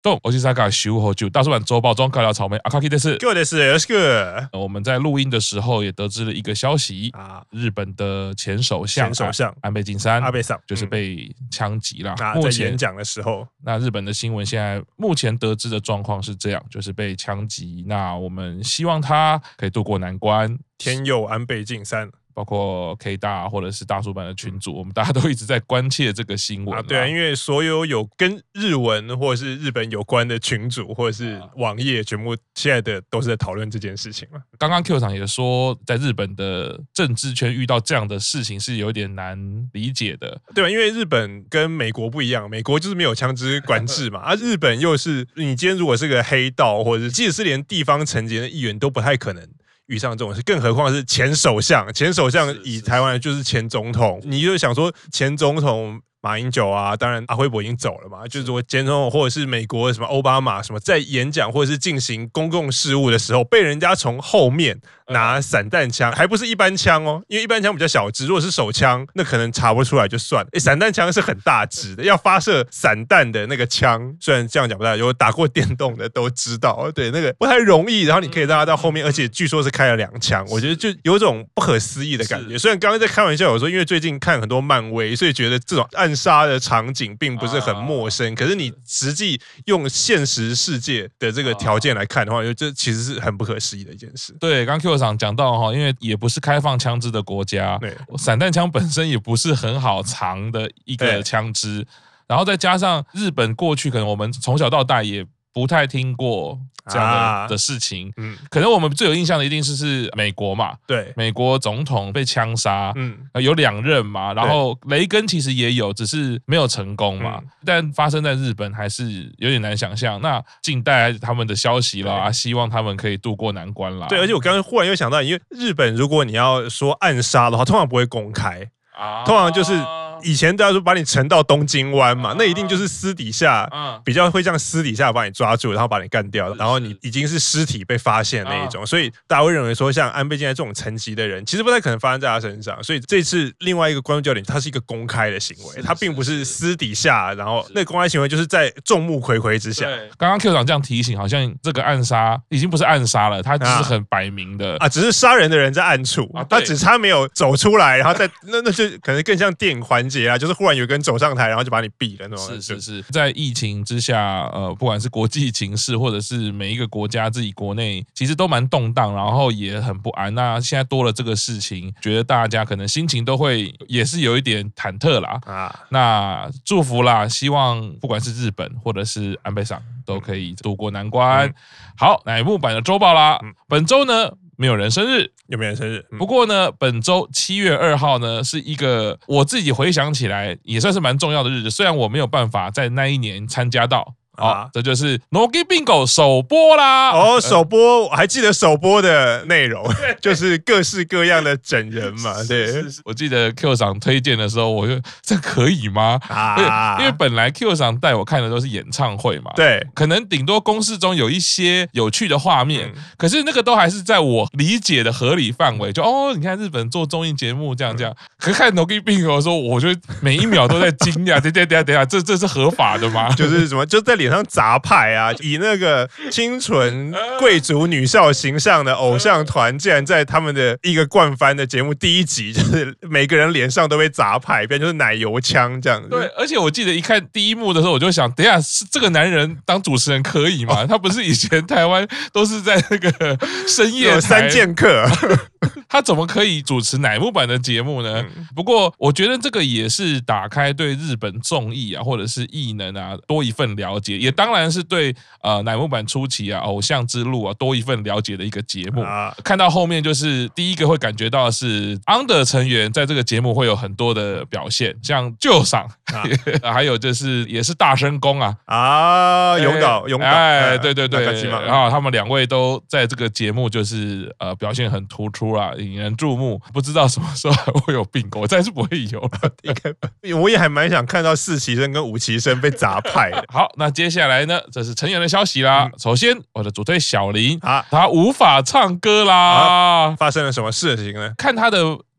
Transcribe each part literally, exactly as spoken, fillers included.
どうも、おじさが修好久，大叔版周报中尬聊草莓阿卡基的是。 各位的是，よろしく。 我们在录音的时候也得知了一个消息啊，日本的前首相前首相安倍晋三， 安倍桑就是被枪击了。 啊，在演讲的时候， 那日本的新闻现在目前得知的状况是这样，就是被枪击。那我们希望他可以渡过难关。 天佑安倍晋三。 包括 K 大或者是大叔版的群组，我们大家都一直在关切这个新闻、啊。 对啊，因为所有有跟日文或者是日本有关的群组或者是网页，全部现在的都是在讨论这件事情了。 刚刚 Q 厂也说，在日本的政治圈遇到这样的事情是有点难理解的。 对啊，因为日本跟美国不一样，美国就是没有枪支管制嘛，啊，日本又是你今天如果是个黑道，或者是即使是连地方层级的议员都不太可能遇上这种事，更何况是前首相。前首相以台湾就是前总统，你就想说前总统马英九啊，当然阿辉伯已经走了嘛，就是说前总统或者是美国什么奥巴马什么，在演讲或者是进行公共事务的时候，被人家从后面拿散弹枪，还不是一般枪哦，因为一般枪比较小支，如果是手枪，那可能查不出来就算了。哎，散弹枪是很大支的，要发射散弹的那个枪，虽然这样讲不太，有打过电动的都知道，对，那个不太容易。然后你可以让他到后面，而且据说是开了两枪，我觉得就有种不可思议的感觉。虽然刚刚在开玩笑，有说因为最近看很多漫威，所以觉得这种暗杀的场景并不是很陌生，可是你实际用现实世界的这个条件来看的话，这其实是很不可思议的一件事。 对，刚 Q 厂讲到哈，因为也不是开放枪支的国家，散弹枪本身也不是很好藏的一个枪支，然后再加上日本过去可能我们从小到大也不太听过这样的、啊、的事情，嗯，可能我们最有印象的一定是是美国嘛， 对， 美国总统被枪杀，嗯，有两任嘛，然后雷根其实也有，只是没有成功嘛，嗯、但发生在日本还是有点难想象。那近代他们的消息啦，希望他们可以渡过难关啦。 对，而且我刚刚忽然又想到，因为日本如果你要说暗杀的话，通常不会公开，啊、通常就是。以前大家说把你沉到东京湾嘛，那一定就是私底下比较会这样私底下把你抓住，然后把你干掉，然后你已经是尸体被发现那一种，所以大家会认为说像安倍晋三这种层级的人，其实不太可能发生在他身上。所以这次另外一个关注焦点，它是一个公开的行为，它并不是私底下，然后那个公开行为就是在众目睽睽之下。 刚刚 Q 长这样提醒，好像这个暗杀已经不是暗杀了，它只是很摆明的啊, 啊，只是杀人的人在暗处，啊、他只差没有走出来，然后再那那就可能更像电影环节啊，就是忽然有个人走上台，然后就把你毙了那种。 是是是，在疫情之下，呃，不管是国际情势，或者是每一个国家自己国内，其实都蛮动荡，然后也很不安。那现在多了这个事情，觉得大家可能心情都会也是有一点忐忑啦。啊，那祝福啦，希望不管是日本或者是安倍桑都可以渡过难关。嗯、好，乃木坂的周报啦，嗯、本周呢。没有人生日， 有没有人生日？嗯、不过呢，本周七月二号呢，是一个我自己回想起来也算是蛮重要的日子。虽然我没有办法在那一年参加到。好、啊哦，这就是 Nogi Bingo 首播啦！ 哦，首播，我还记得首播的内容，就是各式各样的整人嘛。对，是是是我记得 Q 厂推荐的时候，我就这可以吗？啊，因为本来 Q 厂带我看的都是演唱会嘛， 对， 可能顶多公式中有一些有趣的画面，嗯、可是那个都还是在我理解的合理范围。就哦，你看日本做综艺节目这样这样，嗯、可看 Nogi Bingo 的时候，我就每一秒都在惊讶，等等等下等下，这这是合法的吗？ 就是什么，就在脸上砸派啊！以那个清纯贵族女校形象的偶像团，竟然在他们的一个冠番的节目第一集，就是每个人脸上都被砸派，变就是奶油枪这样子。 对，而且我记得一看第一幕的时候，我就想，等一下是这个男人当主持人可以吗？他不是以前台湾都是在那个深夜台三剑客。 他怎么可以主持乃木坂的节目呢？嗯、不过我觉得这个也是打开对日本综艺啊，或者是艺能啊多一份了解，也当然是对呃乃木坂初期啊偶像之路啊多一份了解的一个节目。啊、看到后面就是第一个会感觉到的是 Under 成员在这个节目会有很多的表现，像旧赏，啊、还有就是也是大声公啊啊勇导勇导， 哎对对对，然后他们两位都在这个节目就是呃表现很突出啦，引人注目。不知道什么时候还会有并购，暂时不会有了。 应该我也还蛮想看到四期生跟五期生被砸派的。 好，那接下来呢，这是成员的消息啦。嗯、首先，我的主推小林啊，他无法唱歌啦、 啊，发生了什么事情呢？ 看他的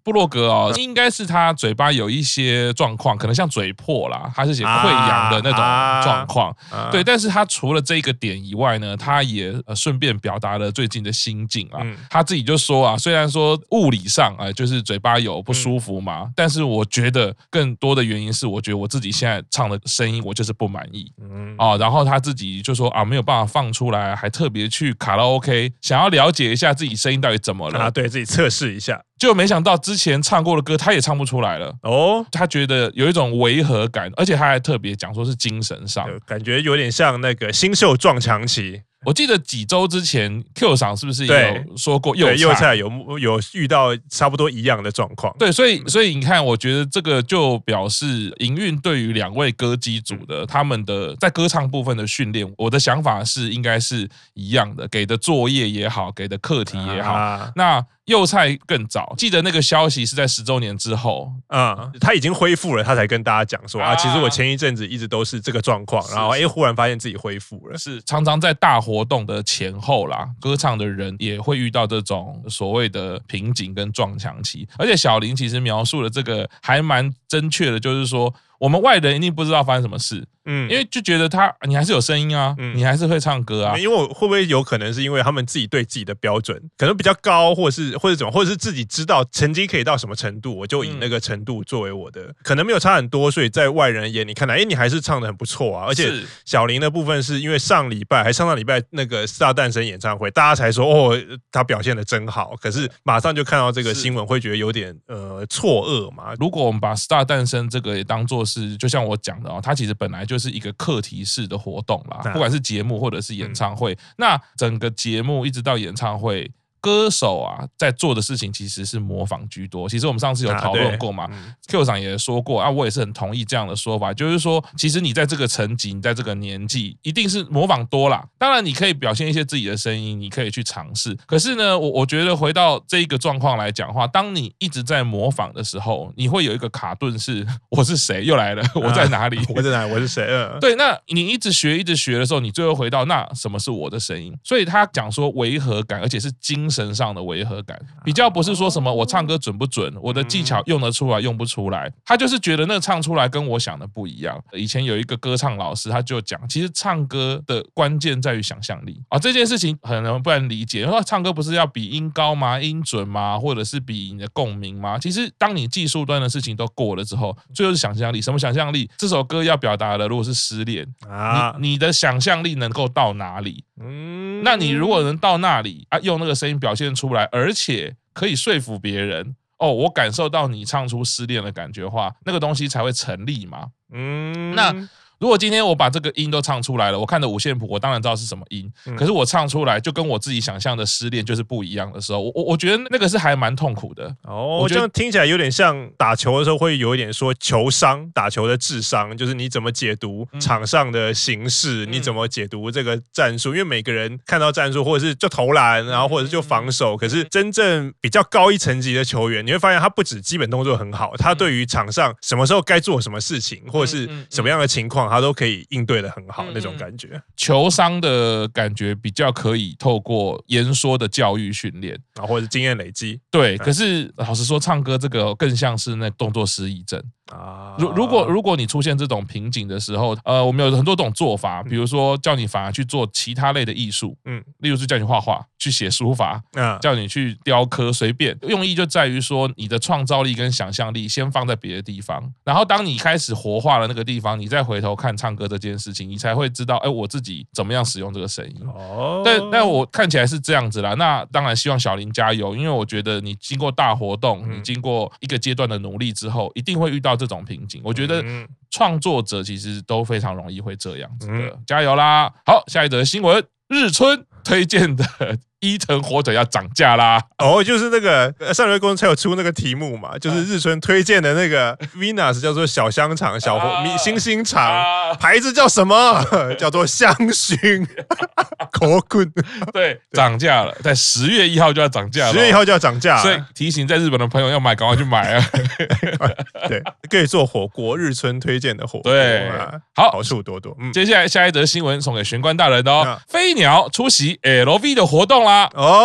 部落格哦，应该是他嘴巴有一些状况，可能像嘴破啦，他是写溃疡的那种状况。啊啊、对，但是他除了这个点以外呢，他也呃顺便表达了最近的心境啊。嗯、他自己就说啊，虽然说物理上啊、呃、就是嘴巴有不舒服嘛，嗯、但是我觉得更多的原因是，我觉得我自己现在唱的声音我就是不满意。嗯啊，然后他自己就说啊，没有办法放出来，还特别去卡拉 OK， 想要了解一下自己声音到底怎么了啊，对自己测试一下。 就没想到之前唱过的歌他也唱不出来了哦，他觉得有一种违和感，而且他还特别讲说是精神上， 感觉有点像那个新秀撞墙期。 我记得几周之前 Q 赏是不是也有说过幼幼菜有有遇到差不多一样的状况？ 对，所以所以你看，我觉得这个就表示营运对于两位歌姬组的他们的在歌唱部分的训练，我的想法是应该是一样的，给的作业也好，给的课题也好，啊、那。幼菜更早，记得那个消息是在十周年之后， 嗯，他已经恢复了，他才跟大家讲说啊，其实我前一阵子一直都是这个状况，然后哎，忽然发现自己恢复了。 是常常在大活动的前后啦，歌唱的人也会遇到这种所谓的瓶颈跟撞墙期，而且小林其实描述的这个还蛮正确的，就是说我们外人一定不知道发生什么事。嗯，因为就觉得他你还是有声音啊，嗯、你还是会唱歌啊。 因为会不会有可能是因为他们自己对自己的标准可能比较高，或者是或者怎么，或者是自己知道成绩可以到什么程度，我就以那个程度作为我的，嗯、可能没有差很多，所以在外人眼里看来，哎，你还是唱得很不错啊。而且小林的部分是因为上礼拜还上上礼拜那个四大诞生演唱会，大家才说哦，他表现得真好，可是马上就看到这个新闻，会觉得有点呃错愕嘛。 如果我们把四大诞生这个也当作是，就像我讲的哦，它其实本来就就是一个课题式的活动啦，不管是节目或者是演唱会，嗯、那整个节目一直到演唱会。歌手啊，在做的事情其实是模仿居多。其实我们上次有讨论过嘛、啊嗯、，Q 长也说过啊，我也是很同意这样的说法，就是说，其实你在这个层级，你在这个年纪，一定是模仿多啦。当然，你可以表现一些自己的声音，你可以去尝试。可是呢，我我觉得回到这一个状况来讲的话，当你一直在模仿的时候，你会有一个卡顿是，我是谁？又来了，我在哪里？啊、 我在哪里？我是谁？嗯、 对，那你一直学，一直学的时候，你最后回到那什么是我的声音？所以他讲说违和感，而且是精神上的违和感，比较不是说什么我唱歌准不准，我的技巧用得出来用不出来，他就是觉得那唱出来跟我想的不一样。以前有一个歌唱老师，他就讲，其实唱歌的关键在于想象力啊，这件事情很多人不能理解，说唱歌不是要比音高吗？音准吗？或者是比你的共鸣吗？其实当你技术端的事情都过了之后，最后是想象力。什么想象力？这首歌要表达的如果是失恋啊，你你的想象力能够到哪里？嗯，那你如果能到那里啊，用那个声音表现出来，而且可以说服别人哦，我感受到你唱出失恋的感觉的话，那个东西才会成立嘛。嗯，那如果今天我把这个音都唱出来了，我看的五线谱，我当然知道是什么音，嗯、可是我唱出来就跟我自己想象的失恋就是不一样的时候，我我我觉得那个是还蛮痛苦的。 哦，我这样听起来有点像打球的时候会有一点说球商，打球的智商，就是你怎么解读场上的形势，嗯、你怎么解读这个战术，因为每个人看到战术或者是就投篮，然后或者是就防守，可是真正比较高一层级的球员，你会发现他不止基本动作很好，他对于场上什么时候该做什么事情，或者是什么样的情况。他都可以应对的很好，那种感觉。 球商的感觉比较可以透过言说的教育训练啊，或者经验累积。 对，可是老实说，唱歌这个更像是那动作失忆症。啊，如如果如果你出现这种瓶颈的时候，呃，我们有很多种做法，比如说叫你反而去做其他类的艺术，嗯，例如是叫你画画、去写书法，啊，叫你去雕刻，随便，用意就在于说你的创造力跟想象力先放在别的地方，然后当你开始活化了那个地方，你再回头看唱歌这件事情，你才会知道，哎，我自己怎么样使用这个声音。哦，但但我看起来是这样子啦，那当然希望小林加油，因为我觉得你经过大活动，你经过一个阶段的努力之后，一定会遇到这种瓶颈。我觉得创作者其实都非常容易会这样子的，嗯、加油啦！好，下一则新闻，日春推荐的伊藤火腿要涨价啦！ 哦，就是那个上礼拜公司才有出那个题目嘛，就是日春推荐的那个 Venus 叫做小香肠、小火、啊、星星肠，啊、牌子叫什么？叫做香薰。口棍对，涨价了，在十月一号就要涨价了， 十月一号就要涨价， 所以提醒在日本的朋友要买，赶快去买啊！ 对，可以做火锅，日春推荐的火锅， 对， 好，好处多多。 嗯，接下来下一则新闻送给玄关大人的哦，飞鸟出席 L V 的活动啦！ 哦。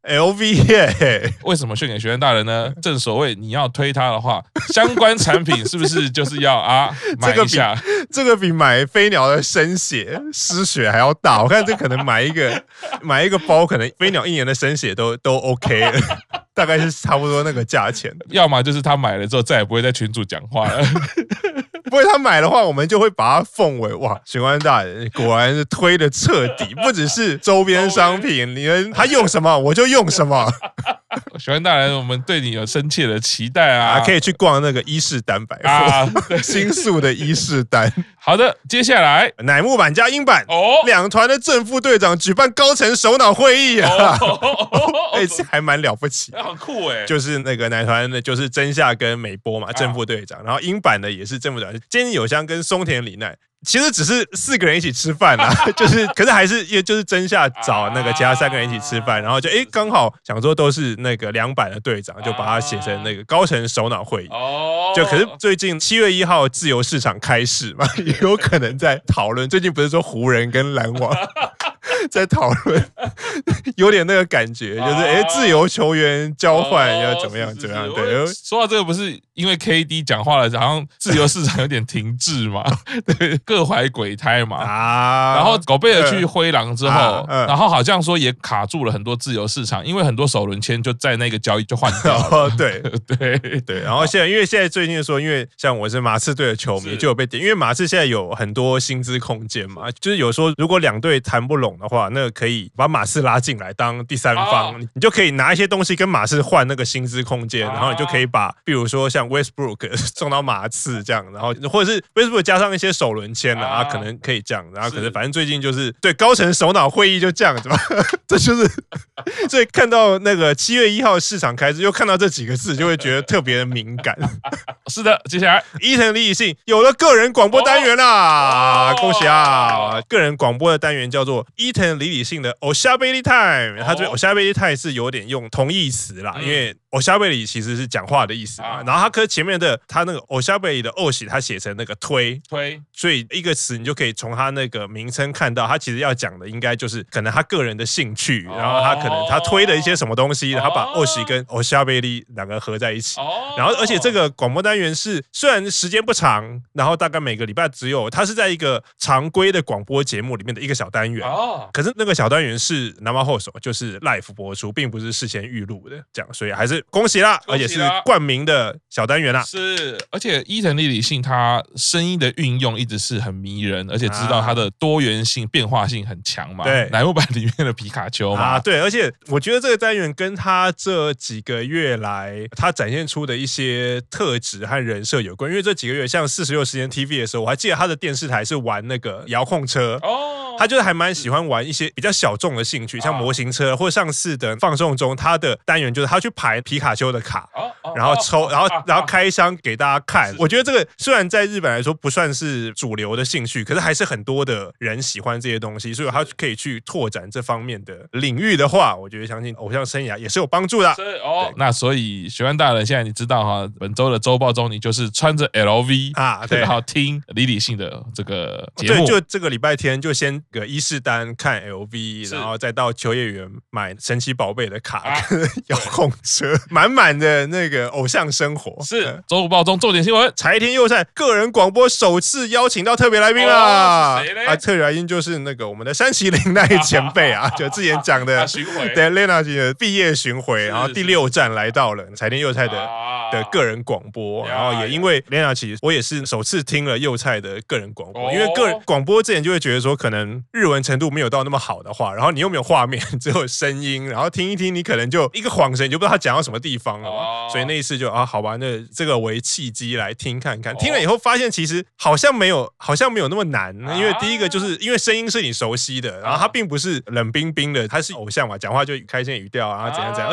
L V 耶， 为什么献给学院大人呢？正所谓你要推它的话，相关产品是不是就是要啊买一下？ 这个比买飞鸟的生血失血还要大。我看这可能买一个买一个包，可能飞鸟一年的生血都都 OK 了。大概是差不多那个价钱， 要么就是他买了之后再也不会在群组讲话了。 不会他买的话，我们就会把它奉为哇，玄关大人果然是推的彻底，不只是周边商品，你们他用什么我就用什么。 玄关大人，我们对你有深切的期待啊！ 啊可以去逛那个伊势丹百货，啊、新宿的伊势丹。 好的，接下来乃木坂加樱坂哦， 两团的正副队长举办高层首脑会议啊，哎、哦哦哦欸，还蛮了不起， 很酷哎。 就是那个乃团的，就是真夏跟美波嘛，正副队长，然后樱坂的也是正副队长，菅井友香跟松田里奈。其实只是四个人一起吃饭啦，就是可是还是也就是真夏找那个其他三个人一起吃饭，然后就哎刚好想说都是那个两版的队长，就把它写成那个高层首脑会议。哦，就可是最近七月一号自由市场开市嘛，也有可能在讨论。最近不是说湖人跟篮网在讨论，有点那个感觉，就是哎自由球员交换要怎么样怎么样？对， 说到这个不是因为 K D 讲话了，好像自由市场有点停滞嘛，对。各怀鬼胎嘛，啊、然后狗贝尔去灰狼之后，啊啊、然后好像说也卡住了很多自由市场，因为很多首轮签就在那个交易就换掉了。 哦、对对对，然后现在因为现在最近说，因为像我是马刺队的球迷，就有被点，因为马刺现在有很多薪资空间嘛，就是有说如果两队谈不拢的话，那可以把马刺拉进来当第三方，啊、你就可以拿一些东西跟马刺换那个薪资空间，啊、然后你就可以把，比如说像 Westbrook 送到马刺这样，然后或者是 Westbrook 加上一些首轮签了啊，可能可以这样，然后可能反正最近就是对高层首脑会议就这样子嘛，这就是所以看到那个七月一号市场开始，又看到这几个字，就会觉得特别的敏感。 是的，接下来伊藤理理信有了个人广播单元啦，哦、恭喜啊！个人广播的单元叫做伊藤理理信的 Oshabeli Time， 他这 Oshabeli Time 是有点用同义词啦，嗯、因为 Oshabeli 其实是讲话的意思嘛，啊、然后他可前面的他那个 Oshabeli 的 oshi 他写成那个推推， 所以一个词你就可以从他那个名称看到，他其实要讲的应该就是可能他个人的兴趣，然后他可能他推的一些什么东西，然后把 oshi 跟 Oshabeli 两个合在一起，然后而且这个广播单元是虽然时间不长，然后大概每个礼拜只有它是在一个常规的广播节目里面的一个小单元，可是那个小单元是生放送，就是 live 播出，并不是事先预录的，这样，所以还是恭喜啦，而且是冠名的小单元啦。 是，而且伊藤理理信他声音的运用一直是很迷人，而且知道他的多元性、变化性很强嘛。对，乃木坂里面的皮卡丘嘛。啊， 对，而且我觉得这个单元跟他这几个月来他展现出的一些特质和人设有关，因为这几个月像四十六时间 T V 的时候，我还记得他的电视台是玩那个遥控车哦，他就是还蛮喜欢玩一些比较小众的兴趣，像模型车，或上次的放送中，他的单元就是他去排皮卡丘的卡，然后抽，然后然后开箱给大家看。我觉得这个虽然在日本来说不算是主流的兴趣，可是还是很多的人喜欢这些东西，所以他可以去拓展这方面的领域的话，我觉得相信偶像生涯也是有帮助的。 是哦，那所以学院大人现在你知道哈，本周的周报中你就是穿着 L V 啊，对，然后听理理信的这个节目， 对，就这个礼拜天就先个伊势丹看 L V， 然后再到秋叶原买神奇宝贝的卡跟遥控车，满满的那个偶像生活。 是周报中重点新闻， 柴田佑菜个人广播首次邀请到特别来宾啦！哦、啊，特别来宾就是那个我们的山崎绫奈前辈啊，就之前讲的巡回， 对 Lena 的毕业巡回，然后第六站来到了柴田佑菜的、啊、的个人广播，然后也因为 Lena 其实我也是首次听了佑菜的个人广播，哦、因为个人广播之前就会觉得说可能日文程度没有到那么好的话，然后你又没有画面，只有声音，然后听一听，你可能就一个晃神，你就不知道他讲到什么地方了嘛。哦、所以那一次就啊，好吧，那这个为契机来听看看，听了以后发现其实好像没有，好像没有那么难，因为第一个就是因为声音是你熟悉的，然后他并不是冷冰冰的，他是偶像嘛，讲话就开心语调啊，怎样怎样，而且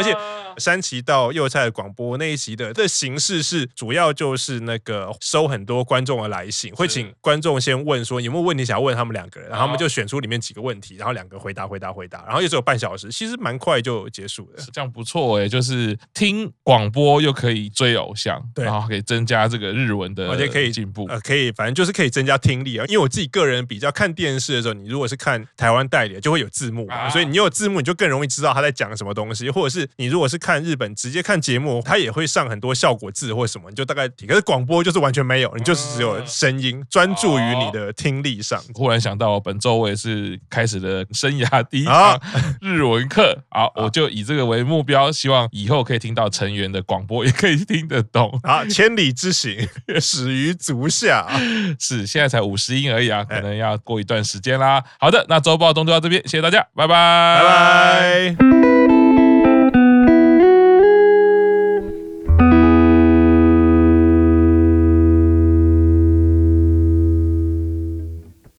山崎到幼菜的广播那一集的的形式是主要就是那个收很多观众的来信，会请观众先问说有没有问题想要问他们两个人，然后他们就选出里面几个问题，然后两个回答回答回答，然后也只有半小时，其实蛮快就结束了。 这样不错哎、欸，就是听广播又可以追偶像， 对， 然后可以增加这个日文的， 而且可以进步， 呃，可以，反正就是可以增加听力啊。因为我自己个人比较看电视的时候，你如果是看台湾代理的，就会有字幕嘛，啊、所以你有字幕，你就更容易知道他在讲什么东西，或者是你如果是看日本直接看节目，他也会上很多效果字或什么，你就大概听。可是广播就是完全没有，你就是只有声音，专注于你的听力上。 忽然想到，本周我也是开始了生涯第一堂日文课，好，我就以这个为目标，希望以后可以听到成员的广播，也可以听得懂。 啊，千里之行，始于足下。 是，现在才五十音而已啊，可能要过一段时间啦。好的，那周报东就到这边，谢谢大家，拜拜， 拜拜。